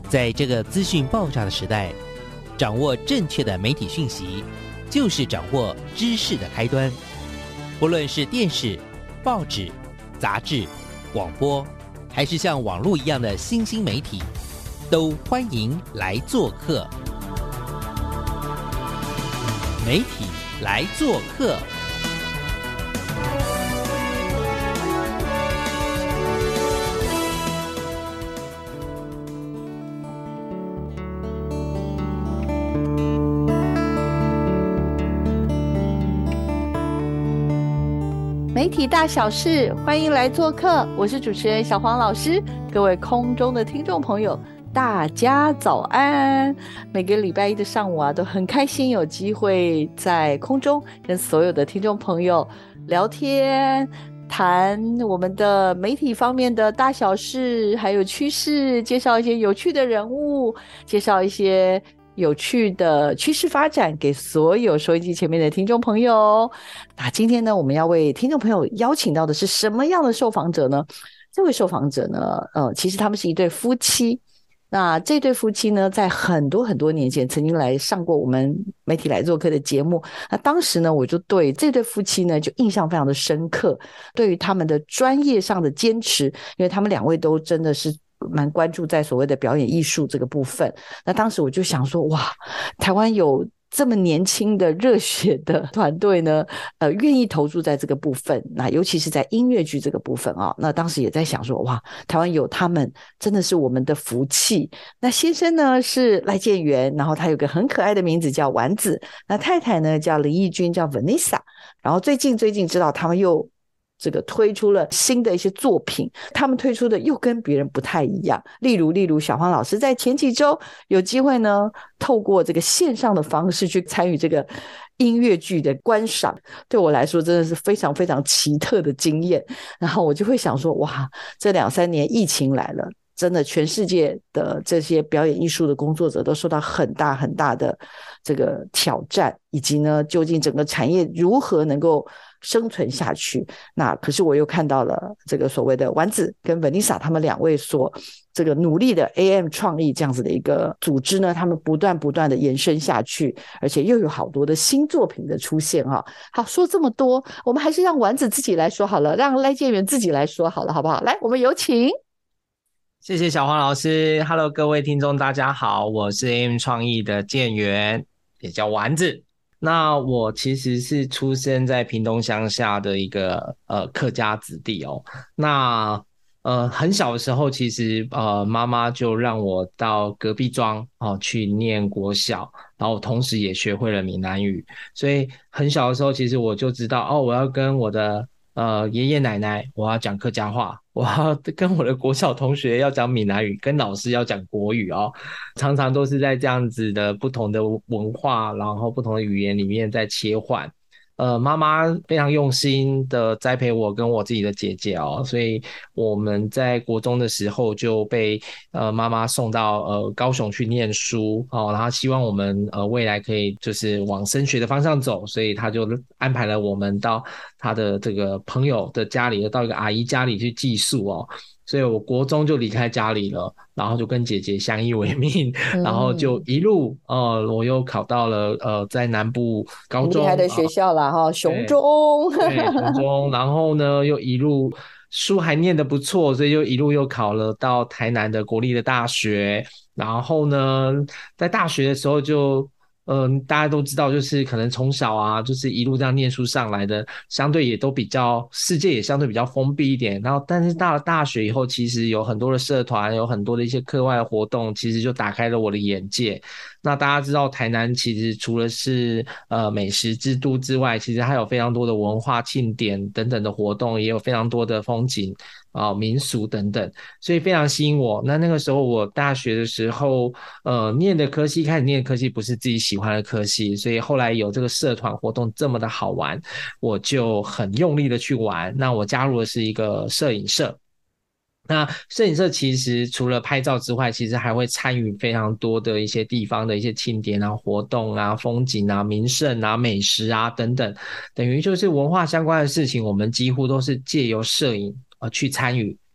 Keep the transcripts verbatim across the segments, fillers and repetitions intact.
在这个资讯爆炸的时代，掌握正确的媒体讯息，就是掌握知识的开端。不论是电视、报纸、杂志、广播，还是像网络一样的新兴媒体，都欢迎来做客。媒体来做客。 媒体大小事，欢迎来做客，我是主持人小黄老师。各位空中的听众朋友，大家早安。每个礼拜一的上午啊，都很开心有机会在空中跟所有的听众朋友聊天，谈我们的媒体方面的大小事，还有趋势，介绍一些有趣的人物，介绍一些有趣的趋势发展给所有收音机前面的听众朋友。那今天呢，我们要为听众朋友邀请到的是什么样的受访者呢？这位受访者呢，呃，其实他们是一对夫妻。那这对夫妻呢，在很多很多年前曾经来上过我们媒体来做客的节目。那当时呢，我就对这对夫妻呢就印象非常的深刻，对于他们的专业上的坚持，因为他们两位都真的是蛮关注在所谓的表演艺术这个部分。那当时我就想说，哇，台湾有这么年轻的热血的团队呢，呃，愿意投注在这个部分，那尤其是在音乐剧这个部分啊，那当时也在想说，哇，台湾有他们真的是我们的福气。那先生呢是赖建元，然后他有个很可爱的名字叫丸子，那太太呢叫林义君，叫 Vanessa。 然后最近最近知道他们又这个推出了新的一些作品，他们推出的又跟别人不太一样。例如例如小黄老师在前几周有机会呢，透过这个线上的方式去参与这个音乐剧的观赏，对我来说真的是非常非常奇特的经验。然后我就会想说，哇，这两三年疫情来了，真的全世界的这些表演艺术的工作者都受到很大很大的这个挑战，以及呢，究竟整个产业如何能够生存下去。那可是我又看到了这个所谓的丸子跟 Vanessa 他们两位所这个努力的 A M 创意这样子的一个组织呢，他们不断不断的延伸下去，而且又有好多的新作品的出现哈。好，说这么多，我们还是让丸子自己来说好了，让赖建元自己来说好了，好不好？来，我们有请。 谢谢小黄老师。 Hello 各位听众大家好，我是 A M 创意的建元，也叫丸子。那我其实是出生在屏东乡下的一个呃客家子弟哦。那呃很小的时候，其实呃妈妈就让我到隔壁庄哦去念国小，然后同时也学会了闽南语。所以很小的时候，其实我就知道哦，我要跟我的呃爷爷奶奶我要讲客家话，我要跟我的国小同学要讲闽南语，跟老师要讲国语哦。常常都是在这样子的不同的文化，然后不同的语言里面在切换。呃，妈妈非常用心的栽培我跟我自己的姐姐哦，所以我们在国中的时候就被呃妈妈送到呃高雄去念书哦，然后希望我们呃未来可以就是往升学的方向走，所以她就安排了我们到她的这个朋友的家里，到一个阿姨家里去寄宿哦。所以我国中就离开家里了，然后就跟姐姐相依为命，嗯、然后就一路呃，我又考到了呃在南部高中厉害的学校啦哈、呃，雄中， 对，对雄中，然后呢又一路书还念得不错，所以就一路又考了到台南的国立的大学，然后呢在大学的时候就。嗯，大家都知道，就是可能从小啊，就是一路这样念书上来的，相对也都比较世界也相对比较封闭一点。然后，但是到了大学以后，其实有很多的社团，有很多的一些课外活动，其实就打开了我的眼界。那大家知道，台南其实除了是呃美食之都之外，其实还有非常多的文化庆典等等的活动，也有非常多的风景啊、呃、民俗等等，所以非常吸引我。那那个时候我大学的时候，呃，念的科系开始念的科系不是自己喜欢的科系，所以后来有这个社团活动这么的好玩，我就很用力的去玩。那我加入的是一个摄影社。那摄影社其实除了拍照之外，其实还会参与非常多的一些地方的一些庆典啊、活动啊、风景啊、名胜啊、美食啊等等，等于就是文化相关的事情，我们几乎都是借由摄影呃去参与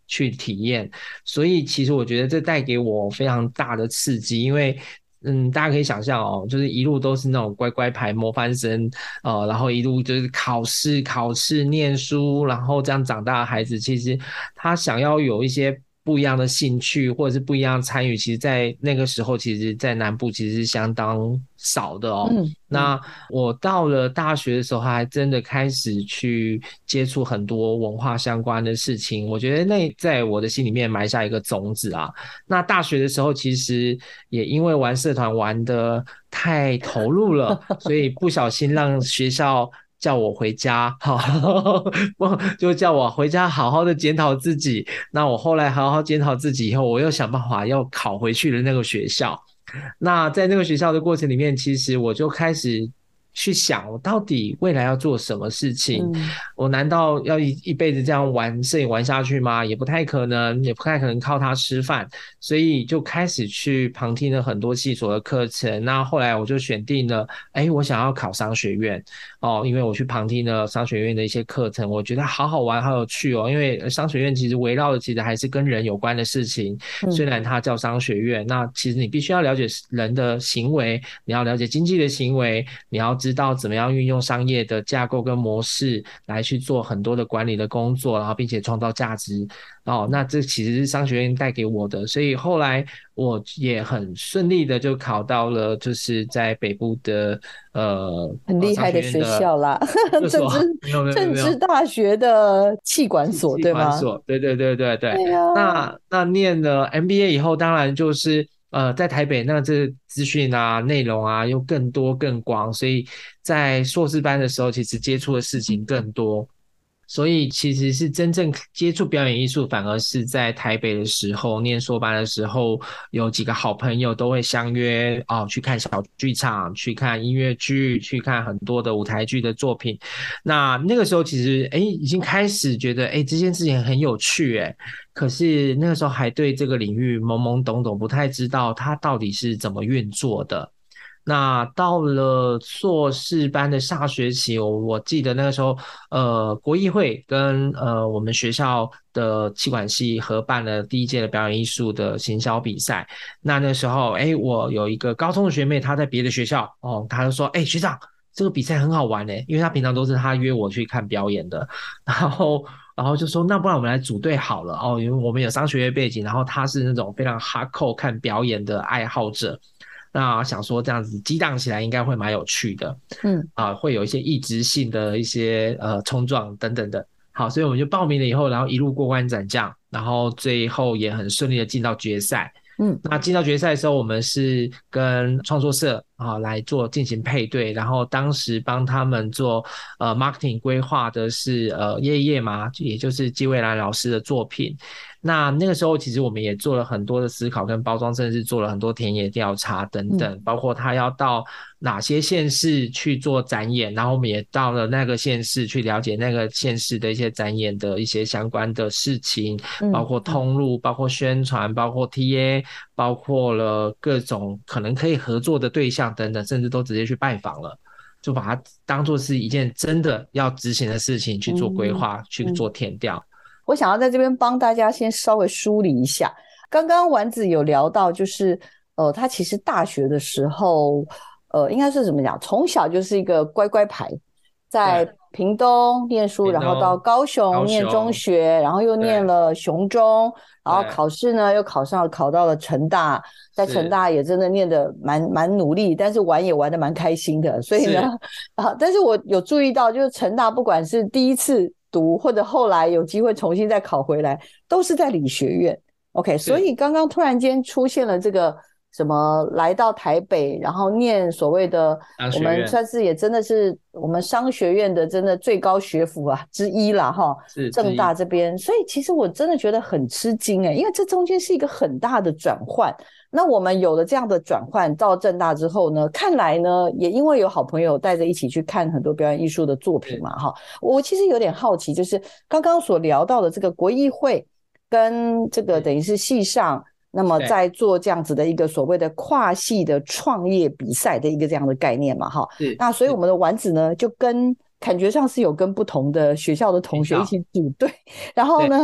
去体验。所以其实我觉得这带给我非常大的刺激，因为嗯，大家可以想象哦，就是一路都是那种乖乖牌模范生，呃，然后一路就是考试、考试、念书，然后这样长大的孩子，其实他想要有一些不一样的兴趣或者是不一样的参与，其实在那个时候，其实在南部其实是相当少的哦。 嗯， 那我到了大学的时候，还真的开始去接触很多文化相关的事情，我觉得那在我的心里面埋下一个种子啊。那大学的时候，其实也因为玩社团玩得太投入了，所以不小心让学校叫我回家，好，就叫我回家好好的检讨自己。那我后来好好检讨自己以后，我又想办法要考回去的那个学校。那在那个学校的过程里面，其实我就开始去想，我到底未来要做什么事情？ 嗯我难道要一一辈子这样玩摄影玩下去吗？也不太可能，也不太可能靠它吃饭。所以就开始去旁听了很多系所的课程。那后来我就选定了，哎，我想要考商学院哦，因为我去旁听了商学院的一些课程，我觉得好好玩，好有趣哦。因为商学院其实围绕的其实还是跟人有关的事情，虽然它叫商学院，那其实你必须要了解人的行为，你要了解经济的行为，你要知道怎么样运用商业的架构跟模式来去做很多的管理的工作，然后并且创造价值哦。那这其实是商学院带给我的，所以后来我也很顺利的就考到了就是在北部的呃很厉害的学校啦，政治没有没有政没有治大学的企管所，对吗？ 对对对对对。 对啊， 那那念了 M B A 以后，当然就是呃在台北，那这资讯啊、内容啊又更多更广，所以在硕士班的时候，其实接触的事情更多。所以其实是真正接触表演艺术，反而是在台北的时候，念硕班的时候，有几个好朋友都会相约哦，去看小剧场，去看音乐剧，去看很多的舞台剧的作品。那那个时候其实哎，已经开始觉得哎这件事情很有趣哎，可是那个时候还对这个领域懵懵懂懂，不太知道它到底是怎么运作的。那到了硕士班的下学期，我我记得那个时候，呃，国艺会跟呃我们学校的企管系合办了第一届的表演艺术的行销比赛。那那时候，哎，我有一个高中的学妹，她在别的学校，哦，她就说，哎，学长，这个比赛很好玩诶，因为她平常都是她约我去看表演的，然后。然后就说，那不然我们来组队好了哦，因为我们有商学院背景，然后她是那种非常 hardcore 看表演的爱好者。那想说这样子激荡起来应该会蛮有趣的， 嗯啊，会有一些异质性的一些呃冲撞等等的。好，所以我们就报名了以后，然后一路过关斩将，然后最后也很顺利的进到决赛。 嗯， 那进到决赛的时候，我们是跟创作社啊来做进行配对，然后当时帮他们做呃 marketing 规划的是呃叶叶嘛，也就是季蔚兰老师的作品。那那个时候其实我们也做了很多的思考跟包装，甚至做了很多田野调查等等，包括他要到哪些县市去做展演，然后我们也到了那个县市去了解那个县市的一些展演的一些相关的事情，包括通路，包括宣传，包括 T A， 包括了各种可能可以合作的对象等等，甚至都直接去拜访了，就把它当作是一件真的要执行的事情去做规划，去做田调。 我想要在这边帮大家先稍微梳理一下，刚刚丸子有聊到，就是呃，他其实大学的时候，呃，应该是怎么讲，从小就是一个乖乖牌，在屏东念书，然后到高雄念中学，然后又念了雄中，然后考试呢又考上，考到了成大，在成大也真的念得蛮蛮努力，但是玩也玩得蛮开心的，所以呢，啊，但是我有注意到，就是成大不管是第一次读或者后来有机会重新再考回来，都是在理学院。OK， 所以刚刚突然间出现了这个什么来到台北，然后念所谓的我们算是也真的是我们商学院的真的最高学府啊之一啦哈，政大这边，所以其实我真的觉得很吃惊诶、欸，因为这中间是一个很大的转换。那我们有了这样的转换到政大之后呢，看来呢也因为有好朋友带着一起去看很多表演艺术的作品嘛哈，我其实有点好奇，就是刚刚所聊到的这个国艺会跟这个等于是系上，那么在做这样子的一个所谓的跨系的创业比赛的一个这样的概念嘛哈，那所以我们的丸子呢就跟感觉上是有跟不同的学校的同学一起组队，然后呢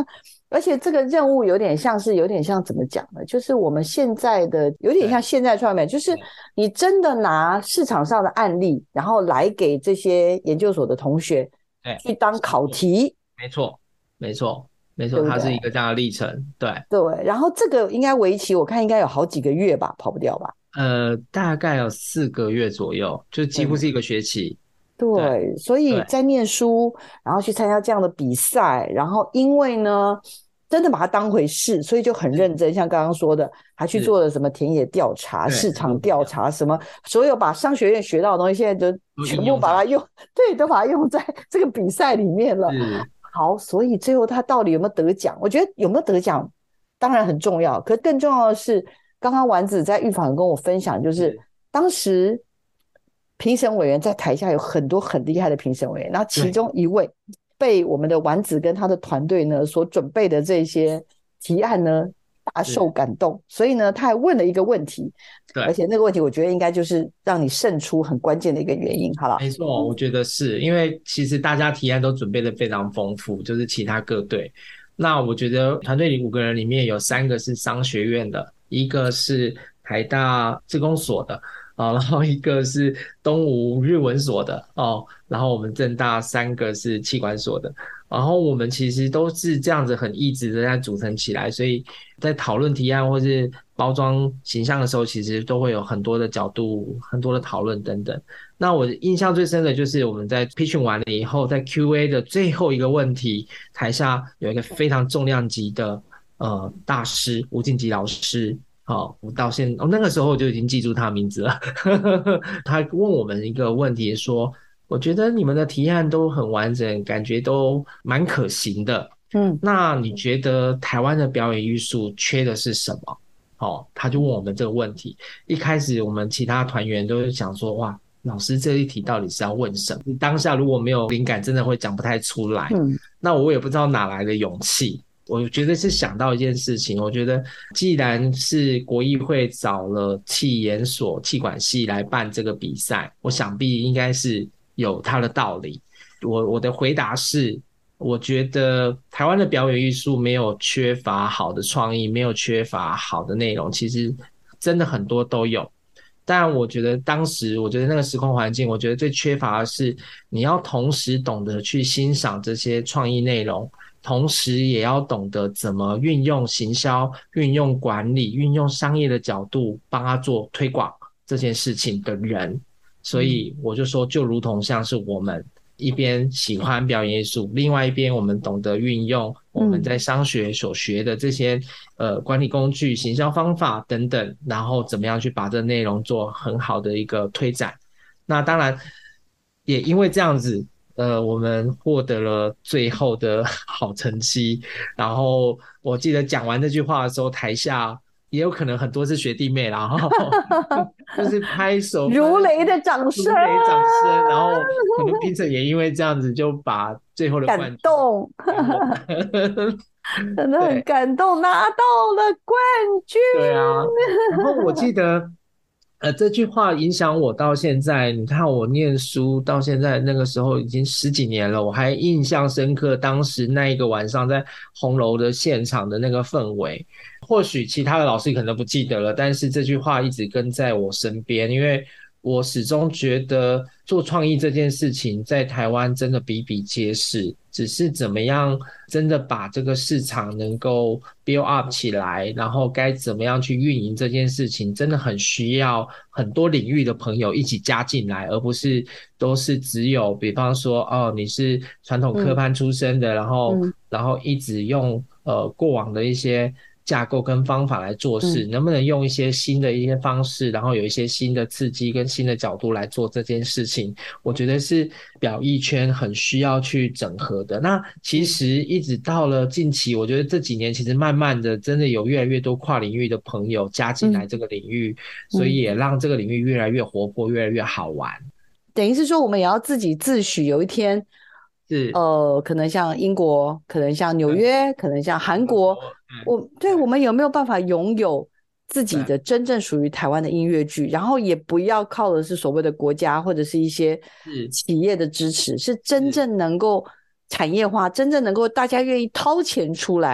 而且这个任务有点像是有点像怎么讲呢？就是我们现在的有点像现在创业，就是你真的拿市场上的案例，然后来给这些研究所的同学去当考题。 没错，没错，没错，它是一个这样的历程。对对，然后这个应该为期我看应该有好几个月吧，跑不掉吧？ 呃，大概有四个月左右，就几乎是一个学期。 对，对，所以在念书，然后去参加这样的比赛，然后因为呢，真的把它当回事，所以就很认真，像刚刚说的，还去做了什么田野调查、市场调查，什么所有把商学院学到的东西，现在就全部把它用，对，都把它用在这个比赛里面了。好，所以最后他到底有没有得奖？我觉得有没有得奖，当然很重要，可更重要的是，刚刚丸子在预访跟我分享，就是当时评审委员在台下有很多很厉害的评审委员，然后其中一位被我们的丸子跟他的团队呢所准备的这些提案呢大受感动，所以呢他还问了一个问题，对，而且那个问题我觉得应该就是让你胜出很关键的一个原因。好了， 没错，我觉得是因为其实大家提案都准备的非常丰富，就是其他各队。那我觉得团队里五个人里面有三个是商学院的，一个是台大资工所的啊，然后一个是东吴日文所的哦，然后我们政大三个是企管所的，然后我们其实都是这样子很一直的在组成起来，所以在讨论提案或是包装形象的时候，其实都会有很多的角度、很多的讨论等等。那我印象最深的就是我们在 pitching 完了以后，在 Q A 的最后一个问题，台下有一个非常重量级的呃大师吴敬吉老师。好，我到现在、哦、那个时候就已经记住他名字了。他问我们一个问题说，我觉得你们的提案都很完整，感觉都蛮可行的。嗯，那你觉得台湾的表演艺术缺的是什么？哦，他就问我们这个问题。一开始我们其他团员都是想说，哇，老师这一题到底是要问什么？当下如果没有灵感，真的会讲不太出来。嗯，那我也不知道哪来的勇气。我觉得是想到一件事情，我觉得既然是国艺会找了企研所企管系来办这个比赛，我想必应该是有它的道理。我我的回答是，我觉得台湾的表演艺术没有缺乏好的创意，没有缺乏好的内容，其实真的很多都有。但我觉得当时，我觉得那个时空环境，我觉得最缺乏的是你要同时懂得去欣赏这些创意内容，同时也要懂得怎么运用行销、运用管理、运用商业的角度帮他做推广这件事情的人。所以我就说，就如同像是我们一边喜欢表演艺术，另外一边我们懂得运用我们在商学所学的这些呃管理工具、行销方法等等，然后怎么样去把这内容做很好的一个推展。那当然也因为这样子，呃，我们获得了最后的好成绩。然后我记得讲完这句话的时候，台下也有可能很多是学弟妹啦，然后就是拍手如雷的掌声， 如雷掌声，然后可能评审也因为这样子就把最后的冠军感动真的很感动，拿到了冠军。 对啊，然后我记得呃，这句话影响我到现在。你看我念书到现在，那个时候已经十几年了，我还印象深刻当时那一个晚上在红楼的现场的那个氛围。或许其他的老师可能都不记得了，但是这句话一直跟在我身边，因为我始终觉得做创意这件事情在台湾真的比比皆是，只是怎么样真的把这个市场能够 build up 起来，然后该怎么样去运营这件事情，真的很需要很多领域的朋友一起加进来，而不是都是只有比方说哦你是传统科班出身的，嗯、然后、嗯、然后一直用呃过往的一些架构跟方法来做事、嗯、能不能用一些新的一些方式，然后有一些新的刺激跟新的角度来做这件事情，我觉得是表艺圈很需要去整合的。那其实一直到了近期，我觉得这几年其实慢慢的真的有越来越多跨领域的朋友加进来这个领域、嗯、所以也让这个领域越来越活泼，越来越好玩。 等于是说我们也要自己自诩有一天是呃，可能像英国，可能像纽约，可能像韩国，我对我们有没有办法拥有自己的真正属于台湾的音乐剧，然后也不要靠的是所谓的国家或者是一些企业的支持，是真正能够产业化，真正能够大家愿意掏钱出来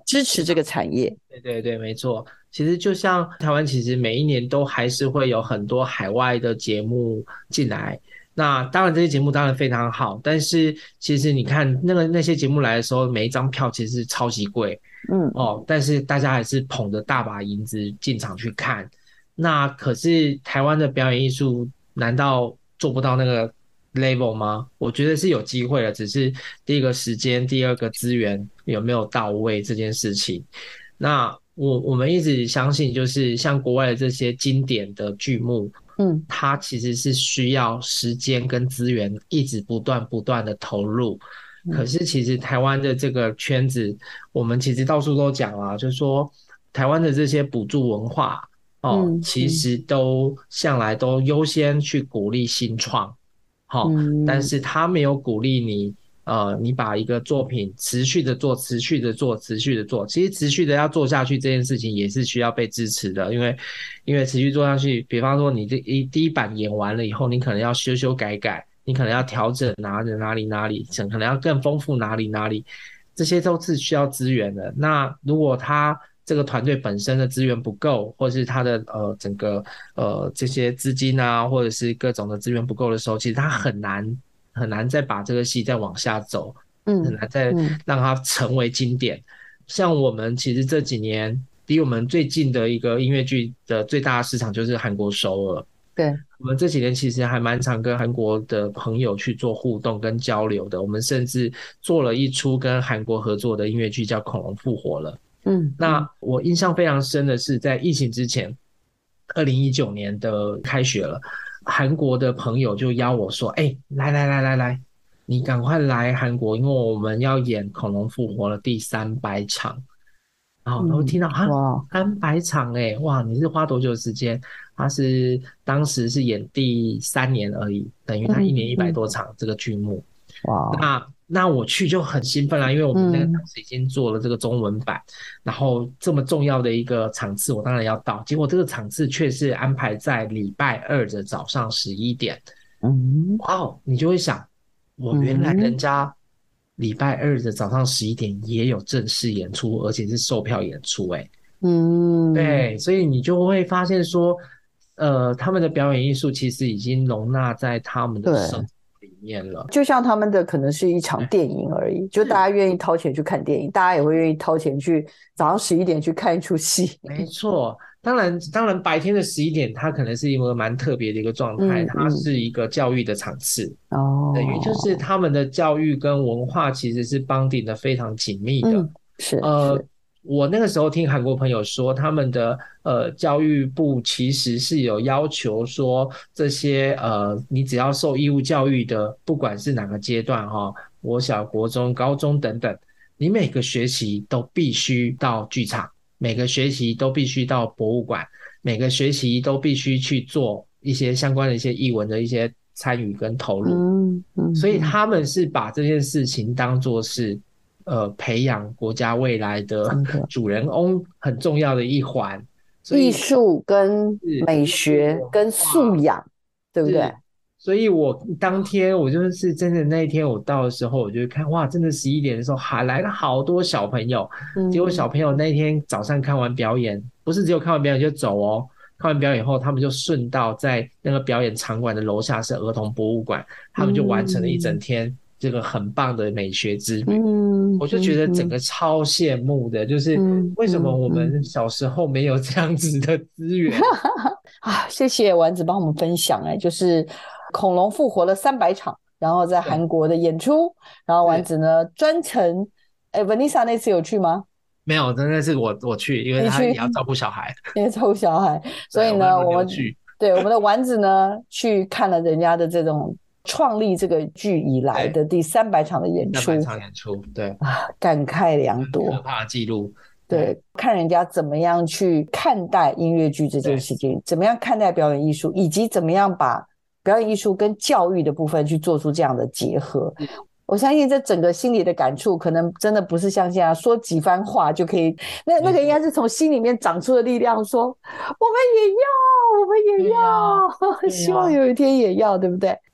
支持这个产业。 对对对，没错。其实就像台湾，其实每一年都还是会有很多海外的节目进来。那当然，这些节目当然非常好，但是其实你看那个那些节目来的时候，每一张票其实是超级贵， 嗯哦，但是大家还是捧着大把银子进场去看。那可是台湾的表演艺术难道做不到那个 level 吗？我觉得是有机会的，只是第一个时间，第二个资源有没有到位这件事情。那我我们一直相信，就是像国外的这些经典的剧目， 嗯， 它其实是需要时间跟资源一直不断不断的投入。可是其实台湾的这个圈子，我们其实到处都讲啊，就是说台湾的这些补助文化哦， 嗯其实都向来都优先去鼓励新创，好、 嗯但是他没有鼓励你。呃，你把一个作品持续的做，持续的做，持续的做，其实持续的要做下去这件事情也是需要被支持的，因为因为持续做下去，比方说你这一第一版演完了以后，你可能要修修改改，你可能要调整哪里哪里哪里，可能要更丰富哪里哪里，这些都是需要资源的。那如果他这个团队本身的资源不够，或是他的呃整个呃这些资金啊，或者是各种的资源不够的时候，其实他很难。很难再把这个戏再往下走， 嗯， 很难再嗯让它成为经典。像我们其实这几年离我们最近的一个音乐剧的最大的市场就是韩国首尔。 对， 我们这几年其实还蛮常跟韩国的朋友去做互动跟交流的。我们甚至做了一出跟韩国合作的音乐剧叫《恐龙复活了》。 嗯， 那我印象非常深的是，在疫情之前，二零一九年的开学了。韩国的朋友就邀我说：“哎、欸，来来来来来，你赶快来韩国，因为我们要演《恐龙复活》的第三百场。”然后我听到哈、嗯，三百场哎、欸，哇！你是花多久的时间？他是当时是演第三年而已，等于他一年一百多场这个剧目。哇、嗯！那那我去就很兴奋啦，因为我们那个当时已经做了这个中文版，嗯、然后这么重要的一个场次，我当然要到。结果这个场次却是安排在礼拜二的早上十一点。嗯，哇哦！你就会想，我原来人家礼拜二的早上十一点也有正式演出，而且是售票演出、欸，哎，嗯，对，所以你就会发现说，呃，他们的表演艺术其实已经容纳在他们的生活里面了， 就像他们的可能是一场电影而已，就大家愿意掏钱去看电影，大家也会愿意掏钱去早上十一点去看一出戏。 没错，当然，当然白天的十一点，它可能是一个蛮特别的一个状态，嗯、它是一个教育的场次，哦，等于就是他们的教育跟文化其实是绑定的非常紧密的， 嗯、是， 呃。 是我那个时候听韩国朋友说，他们的呃教育部其实是有要求说，这些呃你只要受义务教育的，不管是哪个阶段哈、哦，国小、国中、高中等等，你每个学期都必须到剧场，每个学期都必须到博物馆，每个学期都必须去做一些相关的一些艺文的一些参与跟投入。嗯嗯，所以他们是把这件事情当作是。呃，培养国家未来的主人翁很重要的一环， 艺术跟美学跟素养，对不对？ 所以我当天我就是真的那一天我到的时候，我就看哇，真的十一点的时候还来了好多小朋友，嗯、结果小朋友那天早上看完表演，不是只有看完表演就走哦，看完表演后，他们就顺道在那个表演场馆的楼下是儿童博物馆，他们就完成了一整天。嗯这个很棒的美学之旅，嗯，我就觉得整个超羡慕的，嗯、就是为什么我们小时候没有这样子的资源、 嗯、啊？谢谢丸子帮我们分享、欸，哎，就是恐龙复活了三百场，然后在韩国的演出，然后丸子呢专程，哎 ，Vanessa 那次有去吗？ 没有，真的是我我去，因为他也要照顾小孩， 因为照顾小孩，所以呢，我们对我们的丸子呢去看了人家的这种。创立这个剧以来的第三百场的演出， 三百场演出，对啊，感慨良多， 可怕的记录。 对，看人家怎么样去看待音乐剧这件事情，怎么样看待表演艺术，以及怎么样把表演艺术跟教育的部分去做出这样的结合。嗯、我相信这整个心里的感触，可能真的不是像现在说几番话就可以，那那个应该是从心里面长出的力量说，说我们也要，我们也要，啊、希望有一天也要，对不对？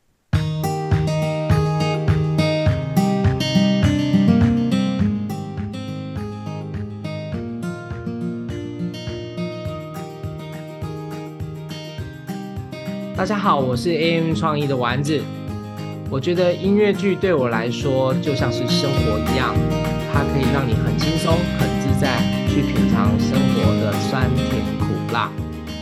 大家好，我是 A M 创意的丸子。我觉得音乐剧对我来说就像是生活一样，它可以让你很轻松、很自在去品尝生活的酸甜苦辣。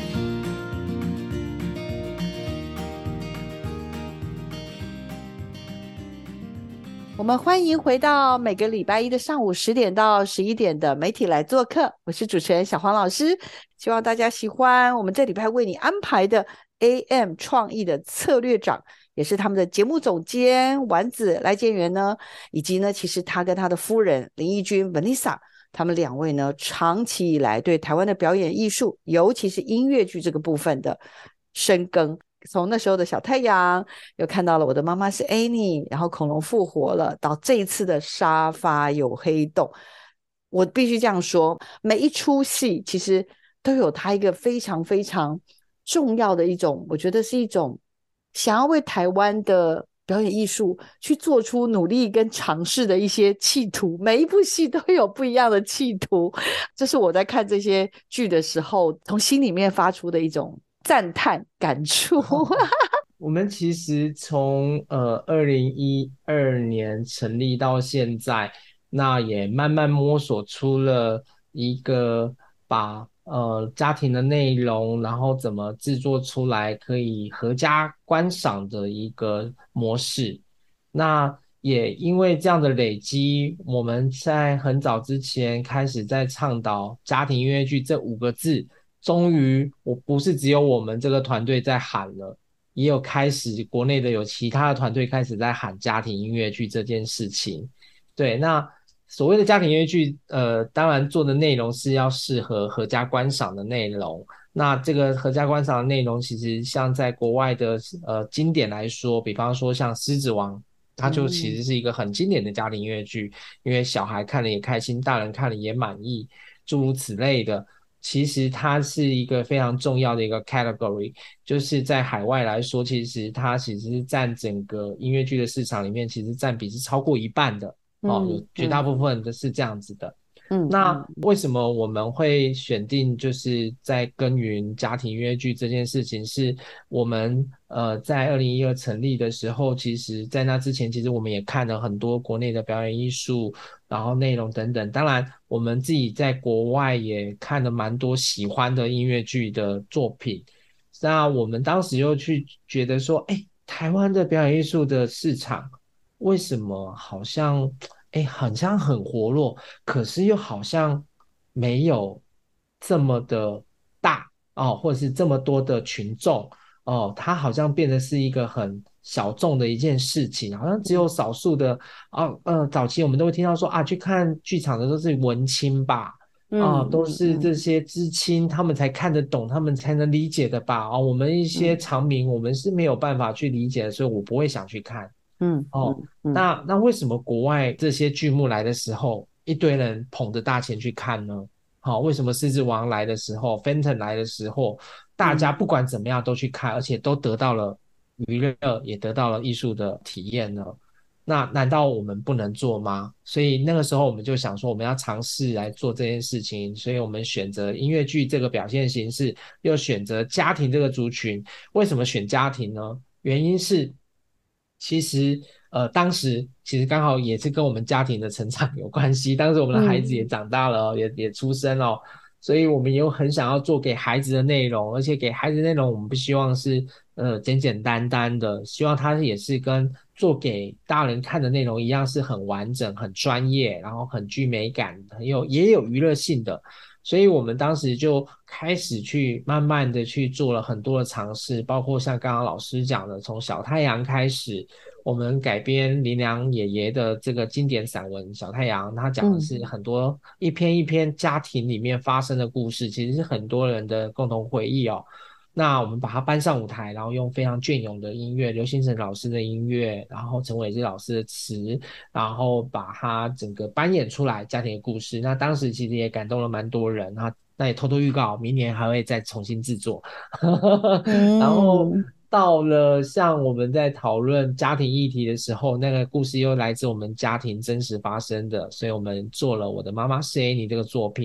我们欢迎回到每个礼拜一的上午十点到十一点的媒体来做客，我是主持人小黄老师，希望大家喜欢我们这礼拜为你安排的 A M 创意的策略长，也是他们的节目总监丸子来建元呢，以及呢，其实他跟他的夫人林义君 Vanessa， 他们两位呢，长期以来对台湾的表演艺术，尤其是音乐剧这个部分的深耕。从那时候的小太阳，又看到了我的妈妈是 Annie， 然后恐龙复活了，到这一次的沙发有黑洞。我必须这样说，每一出戏其实都有它一个非常非常重要的一种，我觉得是一种想要为台湾的表演艺术去做出努力跟尝试的一些企图，每一部戏都有不一样的企图，这是我在看这些剧的时候从心里面发出的一种赞叹感触。 我们其实从呃二零一二年成立到现在，那也慢慢摸索出了一个把呃家庭的内容，然后怎么制作出来可以合家观赏的一个模式。那也因为这样的累积，我们在很早之前开始在倡导家庭音乐剧这五个字，终于我不是只有我们这个团队在喊了，也有开始国内的有其他的团队开始在喊家庭音乐剧这件事情。对，那所谓的家庭音乐剧，呃，当然做的内容是要适合合家观赏的内容。那这个合家观赏的内容，其实像在国外的呃经典来说，比方说像《狮子王》，它就其实是一个很经典的家庭音乐剧，因为小孩看了也开心，大人看了也满意，诸如此类的。其实它是一个非常重要的一个 category， 就是在海外来说，其实它其实是占整个音乐剧的市场里面，其实占比是超过一半的。哦，有绝大部分的是这样子的。嗯，那为什么我们会选定就是在耕耘家庭音乐剧这件事情？是我们呃在二零一二成立的时候，其实在那之前，其实我们也看了很多国内的表演艺术，然后内容等等。当然，我们自己在国外也看了蛮多喜欢的音乐剧的作品。那我们当时又去觉得说，哎，台湾的表演艺术的市场为什么好像哎，好像很活络，可是又好像没有这么的大哦，或者是这么多的群众哦，它好像变得是一个很小众的一件事情，好像只有少数的啊呃，早期我们都会听到说啊，去看剧场的都是文青吧。啊，都是这些知青，他们才看得懂，他们才能理解的吧？哦，我们一些常民，我们是没有办法去理解的，所以我不会想去看。嗯，哦，嗯嗯、那那为什么国外这些剧目来的时候，一堆人捧着大钱去看呢？好、哦，为什么狮子王来的时候 ，Phantom 来的时候，大家不管怎么样都去看，而且都得到了娱乐，也得到了艺术的体验呢？那难道我们不能做吗？所以那个时候我们就想说，我们要尝试来做这件事情，所以我们选择音乐剧这个表现形式，又选择家庭这个族群。为什么选家庭呢？原因是其实呃，当时其实刚好也是跟我们家庭的成长有关系。当时我们的孩子也长大了、哦嗯、也也出生了、哦，所以我们也很想要做给孩子的内容，而且给孩子的内容我们不希望是呃简简单单的，希望它也是跟做给大人看的内容一样，是很完整、很专业，然后很具美感，很有也有娱乐性的。所以我们当时就开始去慢慢的去做了很多的尝试，包括像刚刚老师讲的，从小太阳开始，我们改编林良爷爷的这个经典散文《小太阳》，他讲的是很多一篇一篇家庭里面发生的故事，其实是很多人的共同回忆哦。那我们把它搬上舞台，然后用非常隽永的音乐，刘星辰老师的音乐，然后陈伟志老师的词，然后把它整个扮演出来家庭的故事。那当时其实也感动了蛮多人，那那也偷偷预告，明年还会再重新制作。然后到了像我们在讨论家庭议题的时候，那个故事又来自我们家庭真实发生的，所以我们做了《我的妈妈是 Annie》这个作品。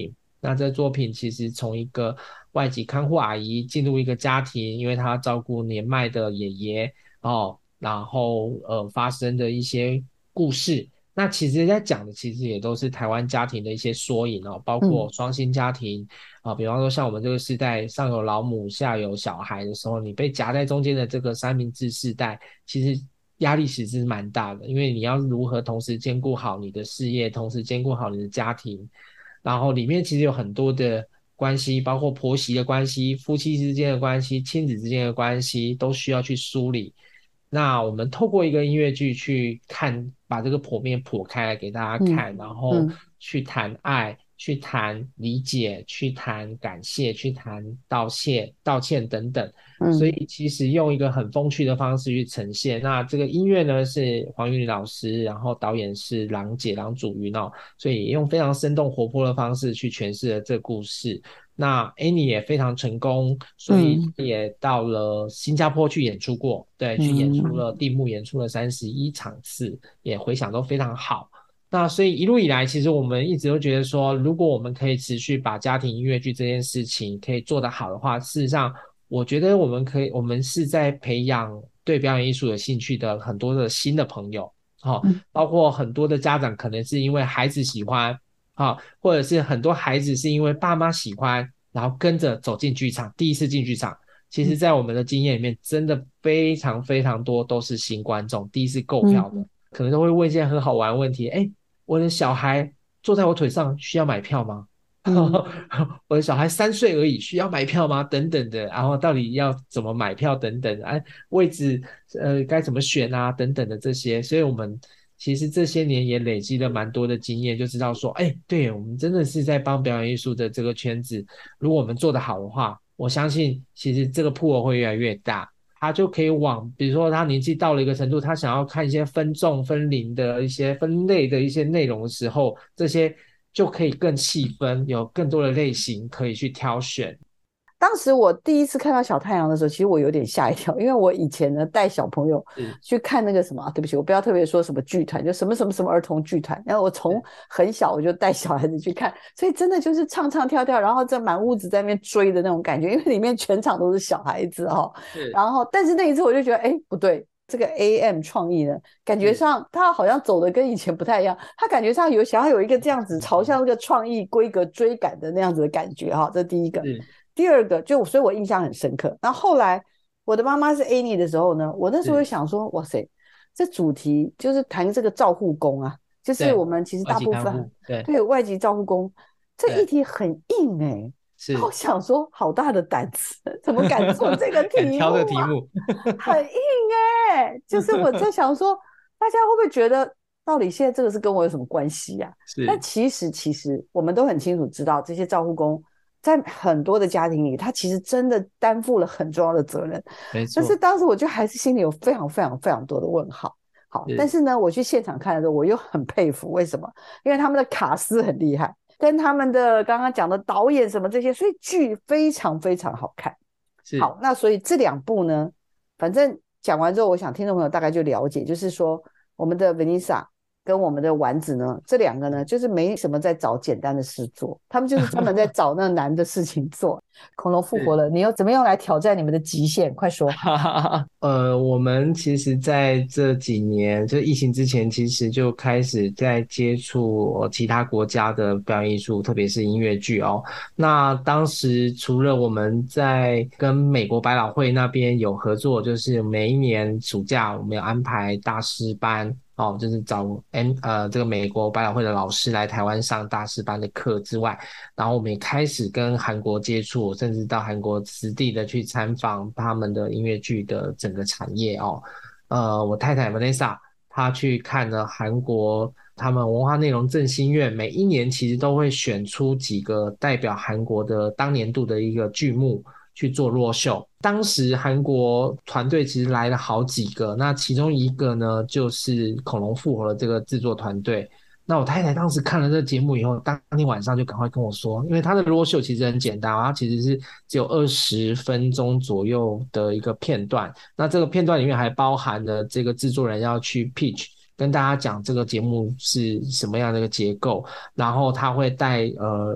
那这作品其实从一个外籍看护阿姨进入一个家庭，因为她照顾年迈的爷爷哦，然后呃发生的一些故事。那其实在讲的其实也都是台湾家庭的一些缩影哦，包括双薪家庭啊、呃，比方说像我们这个世代上有老母下有小孩的时候，你被夹在中间的这个三明治世代，其实压力其实是蛮大的，因为你要如何同时兼顾好你的事业，同时兼顾好你的家庭，然后里面其实有很多的关系，包括婆媳的关系、夫妻之间的关系、亲子之间的关系，都需要去梳理。那我们透过一个音乐剧去看，把这个剖面剖开来给大家看， 嗯然后去谈爱，去谈理解，去谈感谢，去谈道歉、道歉等等。所以其实用一个很风趣的方式去呈现。那这个音乐呢是黄韵玲老师，然后导演是郎姐郎祖筠哦，所以用非常生动活泼的方式去诠释了这个故事。那 Annie 也非常成功，所以也到了新加坡去演出过，对，去演出了闭幕，演出了三十一场次，也回响都非常好。那所以一路以来，其实我们一直都觉得说，如果我们可以持续把家庭音乐剧这件事情可以做得好的话，事实上我觉得我们可以，我们是在培养对表演艺术有兴趣的很多的新的朋友，哦，包括很多的家长可能是因为孩子喜欢，啊，或者是很多孩子是因为爸妈喜欢，然后跟着走进剧场，第一次进剧场。其实在我们的经验里面，真的非常非常多都是新观众，第一次购票的，可能都会问一些很好玩的问题。哎，我的小孩坐在我腿上需要买票吗？我的小孩三岁而已，需要买票吗？等等的，然后到底要怎么买票等等，哎，位置呃该怎么选啊等等的这些，所以我们其实这些年也累积了蛮多的经验，就知道说，哎，对，我们真的是在帮表演艺术的这个圈子，如果我们做得好的话，我相信其实这个铺会越来越大，他就可以往，比如说他年纪到了一个程度，他想要看一些分众分龄的一些分类的一些内容的时候，这些就可以更细分，有更多的类型可以去挑选。 当时我第一次看到小太阳的时候，其实我有点吓一跳，因为我以前呢带小朋友去看那个什么、啊、对不起，我不要特别说什么剧团，就什么什么什么儿童剧团，然后我从很小我就带小孩子去看，所以真的就是唱唱跳跳，然后这满屋子在那边追的那种感觉，因为里面全场都是小孩子哦。然后但是那一次我就觉得，哎，不对，这个 A M 创意呢，感觉上他好像走的跟以前不太一样，他感觉上有想要有一个这样子朝向这个创意规格追赶的那样子的感觉哈，这第一个。第二个就所以我印象很深刻。然后后来我的妈妈是 Annie 的时候呢，我那时候就想说，哇塞，这主题就是谈这个照护工啊，就是我们其实大部分 对, 对外籍照护工这议题很硬哎、欸。然后想说好大的胆子，怎么敢做这个题目、啊、 挑的题目很硬哎、欸，就是我在想说大家会不会觉得到底现在这个是跟我有什么关系啊？但其实其实我们都很清楚知道，这些照护工在很多的家庭里，他其实真的担负了很重要的责任。没错。但是当时我就还是心里有非常非常非常多的问号。好，但是呢，我去现场看的时候，我又很佩服，为什么？因为他们的卡司很厉害，跟他们的刚刚讲的导演什么这些，所以剧非常非常好看。好，那所以这两部呢，反正讲完之后，我想听众朋友大概就了解，就是说我们的 Vanessa。跟我们的丸子呢，这两个呢，就是没什么在找简单的事做，他们就是专门在找那难的事情做。恐龙复活了，你又怎么样来挑战你们的极限？快说。 呃，我们其实在这几年，就疫情之前，其实就开始在接触其他国家的表演艺术，特别是音乐剧哦。那当时除了我们在跟美国百老汇那边有合作，就是每一年暑假我们有安排大师班。哦，就是找 N 呃这个美国百老汇的老师来台湾上大师班的课之外，然后我们也开始跟韩国接触，甚至到韩国实地的去参访他们的音乐剧的整个产业哦。呃，我太太 Vanessa 她去看了韩国他们文化内容振兴院，每一年其实都会选出几个代表韩国的当年度的一个剧目去做落秀。当时韩国团队其实来了好几个，那其中一个呢就是恐龙复活的这个制作团队。那我太太当时看了这个节目以后，当天晚上就赶快跟我说，因为他的落秀其实很简单，它其实是只有二十分钟左右的一个片段，那这个片段里面还包含了这个制作人要去 pitch， 跟大家讲这个节目是什么样的一个结构，然后他会带呃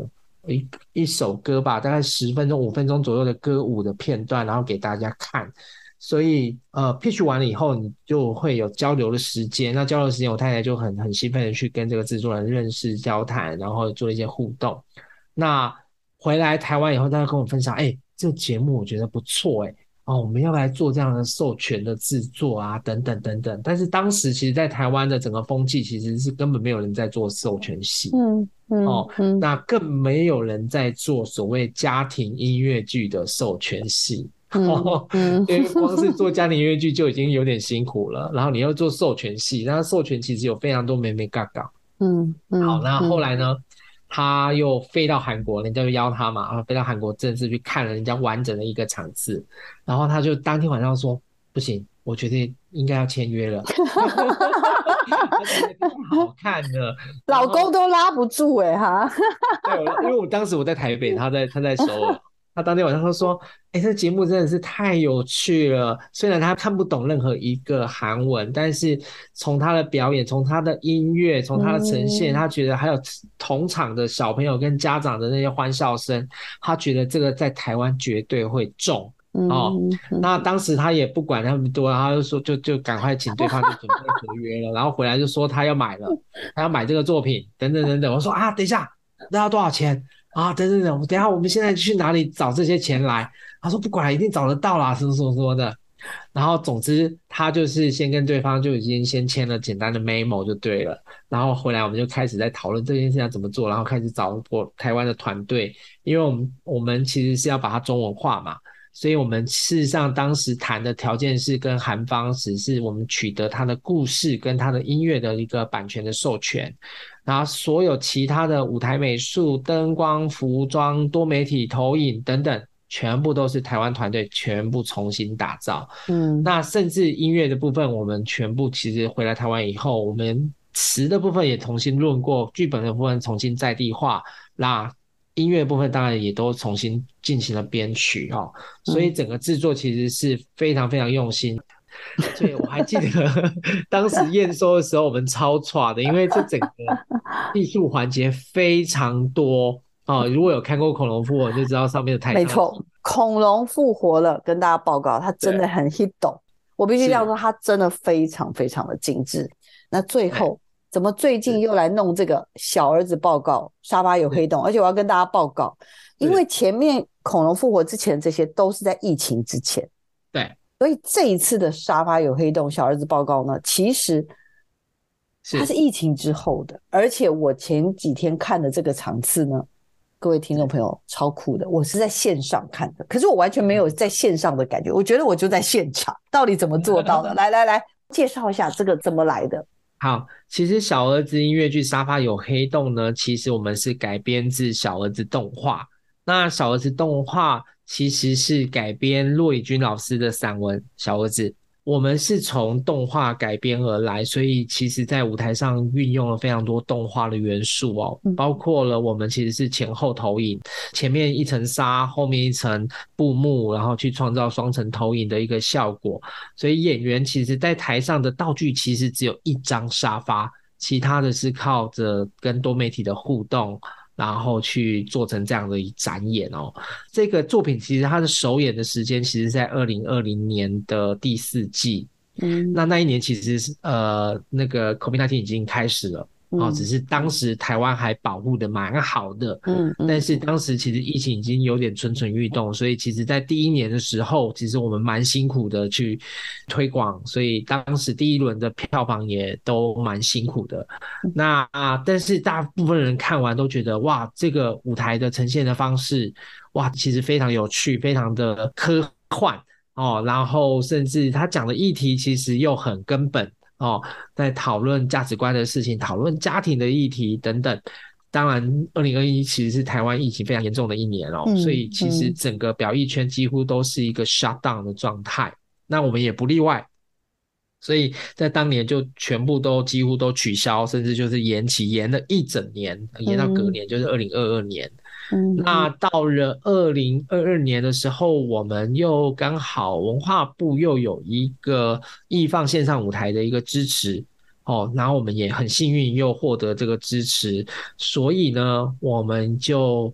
一一首歌吧，大概十分钟五分钟左右的歌舞的片段，然后给大家看。所以呃 pitch 完了以后，你就会有交流的时间。那交流的时间，我太太就很很兴奋的去跟这个制作人认识交谈，然后做一些互动。那回来台湾以后，大家跟我分享，哎，这个节目我觉得不错，哎，哦，我们要不来做这样的授权的制作啊，等等等等。但是当时其实在台湾的整个风气其实是根本没有人在做授权戏， 嗯嗯哦， 嗯， 那更没有人在做所谓家庭音乐剧的授权戏。 嗯哦， 嗯因为光是做家庭音乐剧就已经有点辛苦了，然后你要做授权戏，那授权其实有非常多眉眉角角。 嗯嗯， 好，那后嗯来呢，他又飞到韩国，人家就邀他嘛，然后飞到韩国正式去看了人家完整的一个场次，然后他就当天晚上说，不行，我觉得应该要签约了。他觉得太好看了，然后老公都拉不住哎、欸、哈， 对，我因为我当时我在台北，他在他在首尔，他当天晚上他说：“哎、欸，这节目真的是太有趣了。虽然他看不懂任何一个韩文，但是从他的表演，从他的音乐，从他的呈现， 嗯他觉得还有同场的小朋友跟家长的那些欢笑声，他觉得这个在台湾绝对会中。”哦， 嗯那当时他也不管那么多，他就说就就赶快请对方就准备合约了，然后回来就说他要买了，他要买这个作品，等等等等。我说啊，等一下，那要多少钱啊？等等等，等一下我们现在去哪里找这些钱来？他说不管，一定找得到啦，什么什么什么的。然后总之他就是先跟对方就已经先签了简单的 memo 就对了，然后回来我们就开始在讨论这件事情要怎么做，然后开始找我台湾的团队，因为我们我们其实是要把它中文化嘛。所以我们事实上当时谈的条件是跟韩方只是我们取得他的故事跟他的音乐的一个版权的授权，然后所有其他的舞台美术、灯光、服装、多媒体投影等等，全部都是台湾团队全部重新打造。 嗯， 那甚至音乐的部分，我们全部其实回来台湾以后，我们词的部分也重新论过，剧本的部分重新在地化，那音乐部分当然也都重新进行了编曲哦，所以整个制作其实是非常非常用心。所以我还记得当时验收的时候我们超挫的，因为这整个艺术环节非常多哦。如果有看过恐龙复活就知道上面的台上， 没错，恐龙复活了，跟大家报告，它真的很 hit 懂。我必须这样说，它真的非常非常的精致。那最后怎么最近又来弄这个小儿子报告沙发有黑洞？而且我要跟大家报告，因为前面恐龙复活之前这些都是在疫情之前， 对， 所以这一次的沙发有黑洞小儿子报告呢，其实它是疫情之后的，而且我前几天看的这个场次呢，各位听众朋友超酷的，我是在线上看的，可是我完全没有在线上的感觉，我觉得我就在现场，到底怎么做到的？来来来，介绍一下这个怎么来的。 好，其实小儿子音乐剧沙发有黑洞呢，其实我们是改编自小儿子动画。那小儿子动画其实是改编骆以军老师的散文《小儿子》，我们是从动画改编而来，所以其实在舞台上运用了非常多动画的元素哦，包括了我们其实是前后投影，前面一层纱，后面一层布幕，然后去创造双层投影的一个效果。所以演员其实在台上的道具其实只有一张沙发，其他的是靠着跟多媒体的互动，然后去做成这样的一展演哦。这个作品其实它的首演的时间其实在二零二零年的第四季，嗯，那那一年其实是呃那个 COVID 十九 已经开始了。哦，只是当时台湾还保护的蛮好的，嗯，但是当时其实疫情已经有点蠢蠢欲动，所以其实在第一年的时候，其实我们蛮辛苦的去推广，所以当时第一轮的票房也都蛮辛苦的。那但是大部分人看完都觉得，哇，这个舞台的呈现的方式，哇，其实非常有趣，非常的科幻哦，然后甚至他讲的议题其实又很根本。哦，在讨论价值观的事情，讨论家庭的议题等等。当然二零二一其实是台湾疫情非常严重的一年哦，嗯，所以其实整个表艺圈几乎都是一个 shut down 的状态，那我们也不例外。所以在当年就全部都几乎都取消，甚至就是延期，延了一整年，延到隔年，嗯，就是二零二二年。嗯，那到了二零二二年的时候，我们又刚好文化部又有一个艺放线上舞台的一个支持哦，然后我们也很幸运又获得这个支持，所以呢，我们就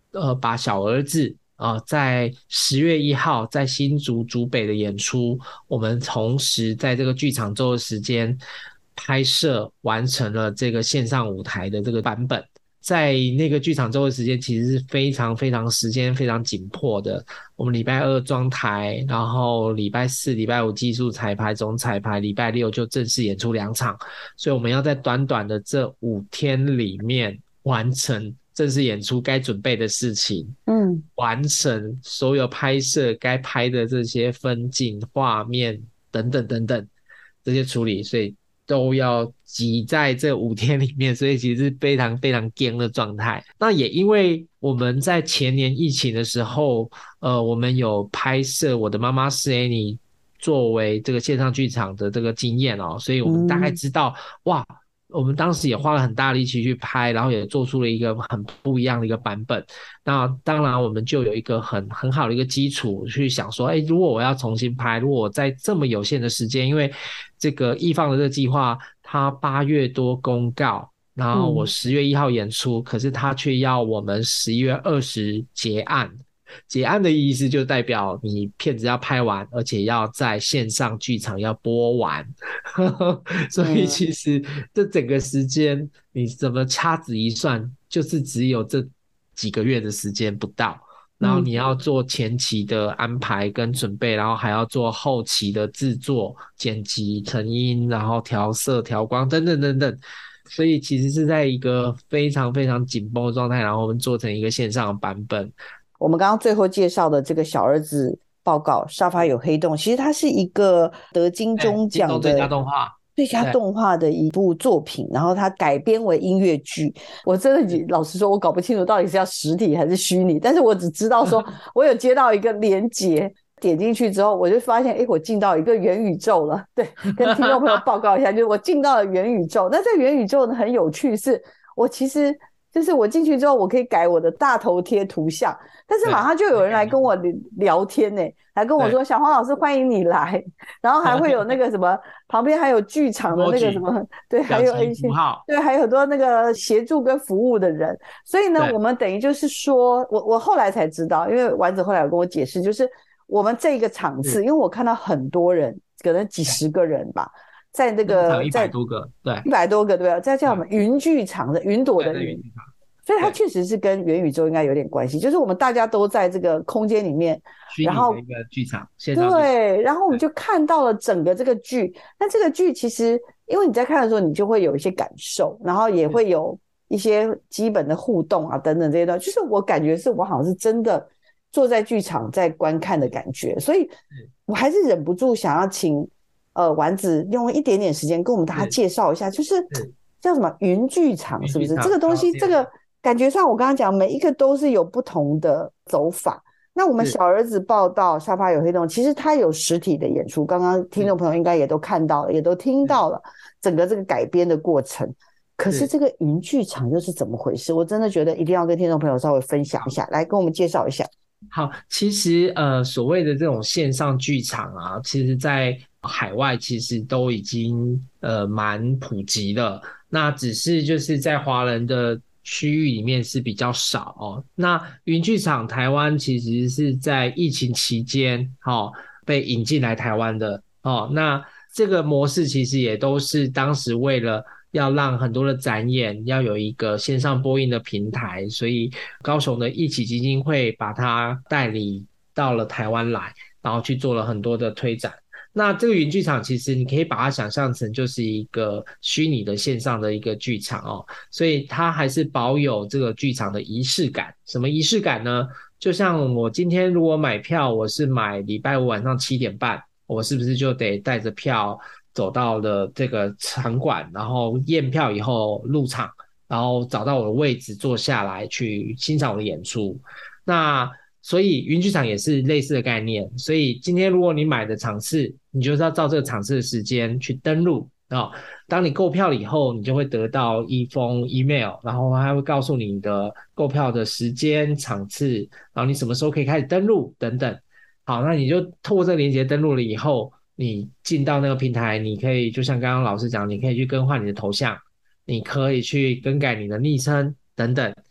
呃把小儿子呃在十月一号在新竹竹北的演出，我们同时在这个剧场周的时间拍摄完成了这个线上舞台的这个版本。在那个剧场周的时间其实是非常非常时间非常紧迫的，我们礼拜二装台，然后礼拜四礼拜五技术彩排总彩排，礼拜六就正式演出两场，所以我们要在短短的这五天里面完成正式演出该准备的事情，嗯，完成所有拍摄该拍的这些分镜画面等等等等这些处理，所以都要挤在这五天里面，所以其实是非常非常紧的状态。那也因为我们在前年疫情的时候，呃，我们有拍摄我的妈妈是 Annie 作为这个线上剧场的这个经验哦，所以我们大概知道，嗯、哇，我们当时也花了很大力气去拍，然后也做出了一个很不一样的一个版本。那当然我们就有一个很很好的一个基础去想说，哎，如果我要重新拍，如果我在这么有限的时间，因为这个艺放的这个计划它八月多公告，然后我十月一号演出、嗯、可是他却要我们十一月二十结案。结案的意思就代表你片子要拍完，而且要在线上剧场要播完所以其实这整个时间你怎么掐指一算，就是只有这几个月的时间不到，然后你要做前期的安排跟准备，然后还要做后期的制作剪辑成音，然后调色调光等等等等，所以其实是在一个非常非常紧绷的状态，然后我们做成一个线上的版本。 我们刚刚最后介绍的这个小儿子报告沙发有黑洞，其实它是一个得金钟奖的最佳动画最佳动画的一部作品，然后它改编为音乐剧。我真的老实说我搞不清楚到底是要实体还是虚拟，但是我只知道说我有接到一个连结点进去之后我就发现诶我进到一个元宇宙了。对，跟听众朋友报告一下就是我进到了元宇宙。那这元宇宙呢很有趣，是我其实就是我进去之后我可以改我的大头贴图像，但是马上就有人来跟我聊天呢、欸，还跟我说小黄老师欢迎你来，然后还会有那个什么旁边还有剧场的那个什么对，还有一些对，还有很多那个协助跟服务的人。所以呢我们等于就是说我我后来才知道，因为丸子后来有跟我解释，就是我们这个场次，因为我看到很多人可能几十个人吧，在那个一百多个，对， 一百多个，对吧？在叫我们云剧场的云朵的云，所以它确实是跟元宇宙应该有点关系，就是我们大家都在这个空间里面， 然后一个剧场， 对，然后我们就看到了整个这个剧。那这个剧其实，因为你在看的时候，你就会有一些感受，然后也会有一些基本的互动啊，等等这些东西。就是我感觉是我好像是真的坐在剧场在观看的感觉，所以我还是忍不住想要请呃丸子用一点点时间跟我们大家介绍一下，就是叫什么云剧场，是不是这个东西？这个感觉上我刚刚讲每一个都是有不同的走法。那我们小儿子报道沙发有黑洞，其实他有实体的演出，刚刚听众朋友应该也都看到了，也都听到了整个这个改编的过程。可是这个云剧场又是怎么回事？我真的觉得一定要跟听众朋友稍微分享一下，来跟我们介绍一下。 好，其实呃，所谓的这种线上剧场啊，其实在海外其实都已经呃蛮普及了，那只是就是在华人的区域里面是比较少哦。那云剧场台湾其实是在疫情期间哦被引进来台湾的哦，那这个模式其实也都是当时为了要让很多的展演要有一个线上播映的平台，所以高雄的一起基金会把它代理到了台湾来，然后去做了很多的推展。那这个云剧场其实你可以把它想象成就是一个虚拟的线上的一个剧场哦，所以它还是保有这个剧场的仪式感。什么仪式感呢？就像我今天如果买票，我是买礼拜五晚上七点半，我是不是就得带着票走到了这个场馆，然后验票以后入场，然后找到我的位置坐下来去欣赏我的演出。那所以云剧场也是类似的概念，所以今天如果你买的场次，你就是要照这个场次的时间去登录哦。当你购票了以后，你就会得到一封 email， 然后它会告诉你的购票的时间、场次，然后你什么时候可以开始登录等等。好，那你就透过这个连结登录了以后，你进到那个平台，你可以就像刚刚老师讲，你可以去更换你的头像，你可以去更改你的昵称等等。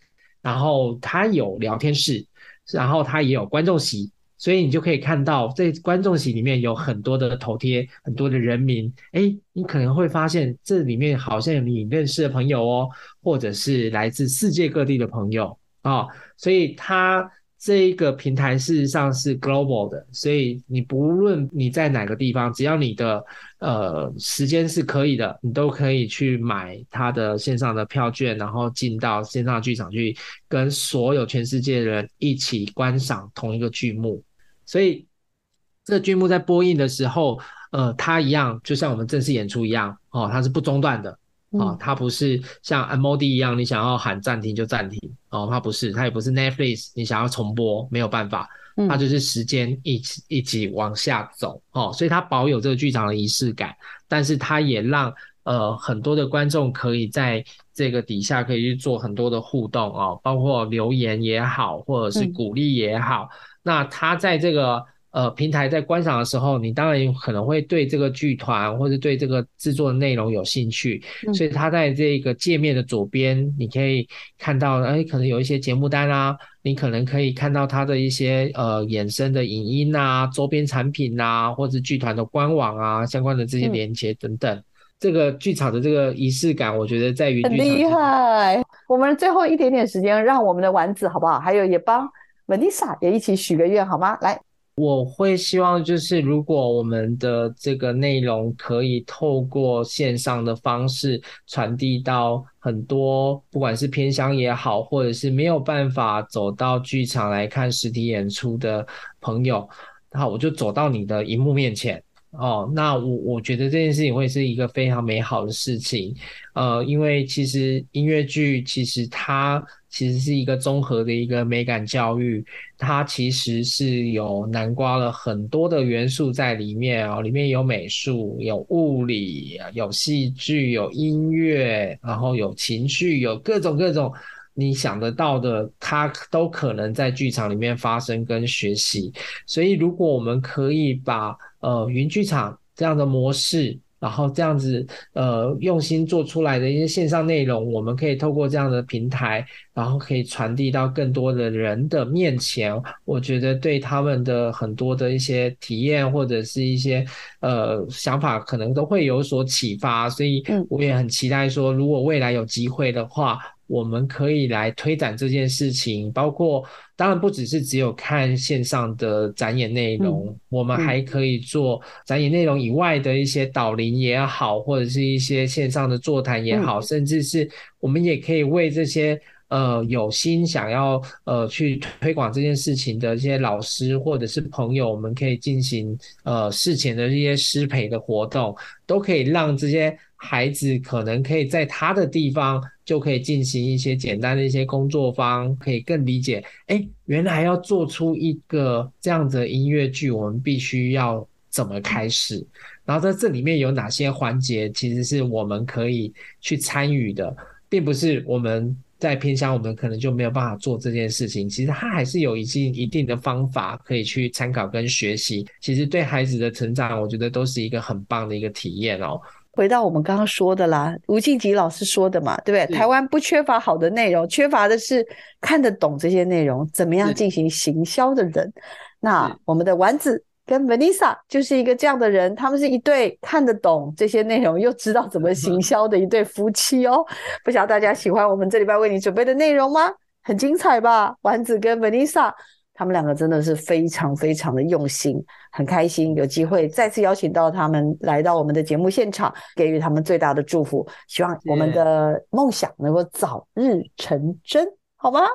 然后它有聊天室，然后它也有观众席，所以你就可以看到在观众席里面有很多的头贴，很多的人名，诶，你可能会发现这里面好像有你认识的朋友哦，或者是来自世界各地的朋友哦，所以它这个平台事实上是 global 的，所以你不论你在哪个地方，只要你的呃时间是可以的，你都可以去买它的线上的票券，然后进到线上剧场去跟所有全世界的人一起观赏同一个剧目。所以这个剧目在播映的时候，呃，它一样就像我们正式演出一样哦，它是不中断的。哦，它不是像 M O D 一样，你想要喊暂停就暂停哦，它不是，它也不是 Netflix， 你想要重播没有办法，它就是时间一起一起往下走哦，所以它保有这个剧场的仪式感，但是它也让呃很多的观众可以在这个底下可以去做很多的互动哦，包括留言也好，或者是鼓励也好，嗯、那它在这个。呃，平台在观赏的时候，你当然可能会对这个剧团或者对这个制作的内容有兴趣，嗯、所以它在这个界面的左边，你可以看到，哎，可能有一些节目单啊，你可能可以看到它的一些呃衍生的影音啊、周边产品啊，或者剧团的官网啊相关的这些连结等等。嗯、这个剧场的这个仪式感，我觉得在于很厉害。我们最后一点点时间，让我们的丸子好不好？还有也帮 Vanessa 也一起许个愿好吗？来。 我会希望就是如果我们的这个内容可以透过线上的方式传递到很多不管是偏乡也好，或者是没有办法走到剧场来看实体演出的朋友，那我就走到你的荧幕面前哦，那我我觉得这件事情会是一个非常美好的事情，呃，因为其实音乐剧其实它其实是一个综合的一个美感教育，它其实是有囊括了很多的元素在里面哦，里面有美术、有物理、有戏剧、有音乐，然后有情绪，有各种各种你想得到的，它都可能在剧场里面发生跟学习。所以如果我们可以把呃云剧场这样的模式，然后这样子呃用心做出来的一些线上内容，我们可以透过这样的平台，然后可以传递到更多的人的面前，我觉得对他们的很多的一些体验或者是一些呃想法可能都会有所启发，所以我也很期待说如果未来有机会的话，我们可以来推展这件事情，包括当然不只是只有看线上的展演内容，嗯、我们还可以做展演内容以外的一些导聆也好，或者是一些线上的座谈也好，嗯、甚至是我们也可以为这些呃有心想要呃去推广这件事情的一些老师或者是朋友，我们可以进行呃事前的一些师培的活动，都可以让这些孩子可能可以在他的地方就可以进行一些简单的一些工作坊，可以更理解，诶，原来要做出一个这样的音乐剧，我们必须要怎么开始，然后在这里面有哪些环节其实是我们可以去参与的，并不是我们在偏乡我们可能就没有办法做这件事情，其实它还是有一定一定的方法可以去参考跟学习，其实对孩子的成长我觉得都是一个很棒的一个体验哦。 回到我们刚刚说的啦，吴敬吉老师说的嘛，对不对？台湾不缺乏好的内容，缺乏的是看得懂这些内容，怎么样进行行销的人。那我们的丸子跟 Vanessa 就是一个这样的人，他们是一对看得懂这些内容又知道怎么行销的一对夫妻哦。不晓得大家喜欢我们这礼拜为你准备的内容吗？很精彩吧？丸子跟 Vanessa他们两个真的是非常非常的用心，很开心有机会再次邀请到他们来到我们的节目现场，给予他们最大的祝福，希望我们的梦想能够早日成真，好吗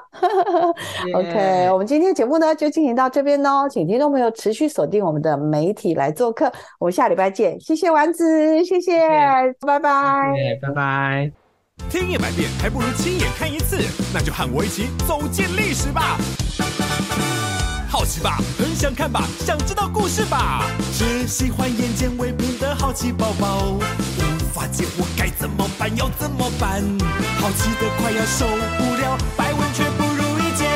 ？OK， 我们今天节目呢就进行到这边哦，请听众朋友持续锁定我们的媒体来做客，我们下礼拜见，谢谢丸子，谢谢，拜拜， 谢谢，拜拜。 听一百遍还不如亲眼看一次，那就和我一起走进历史吧。好奇吧，很想看吧，想知道故事吧，只喜欢眼见为凭的好奇宝宝，无法解惑该怎么办，要怎么办？好奇的快要受不了，百问却不如一见。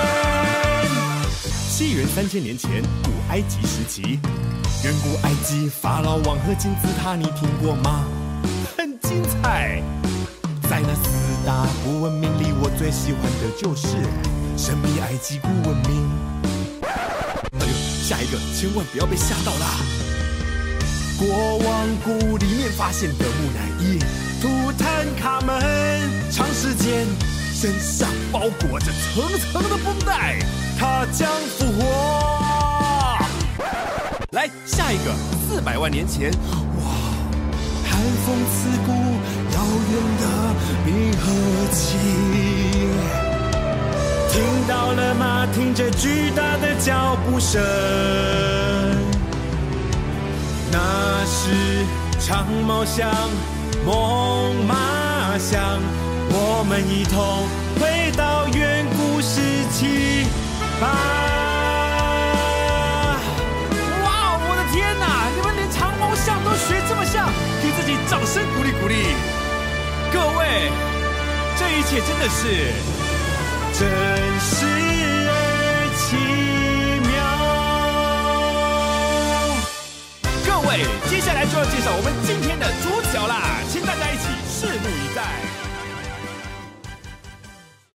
西元三千年前，古埃及时期，远古埃及法老王和金字塔，你听过吗？很精彩。 在那四大古文明里，我最喜欢的就是神秘埃及古文明。哎呦，下一个千万不要被吓到啦！国王谷里面发现的木乃伊，图坦卡门长时间身上包裹着层层的绷带，他将复活。来，下一个四百万年前，哇，寒风刺骨，遥远的冰河期。听到了吗？听着巨大的脚步声，那是长毛象、猛犸象，我们一同回到远古时期吧。哇，我的天哪！你们连长毛象都学这么像，给自己掌声鼓励鼓励。各位，这一切真的是真实而奇妙。各位，接下来就要介绍我们今天的主角啦，请大家一起拭目以待。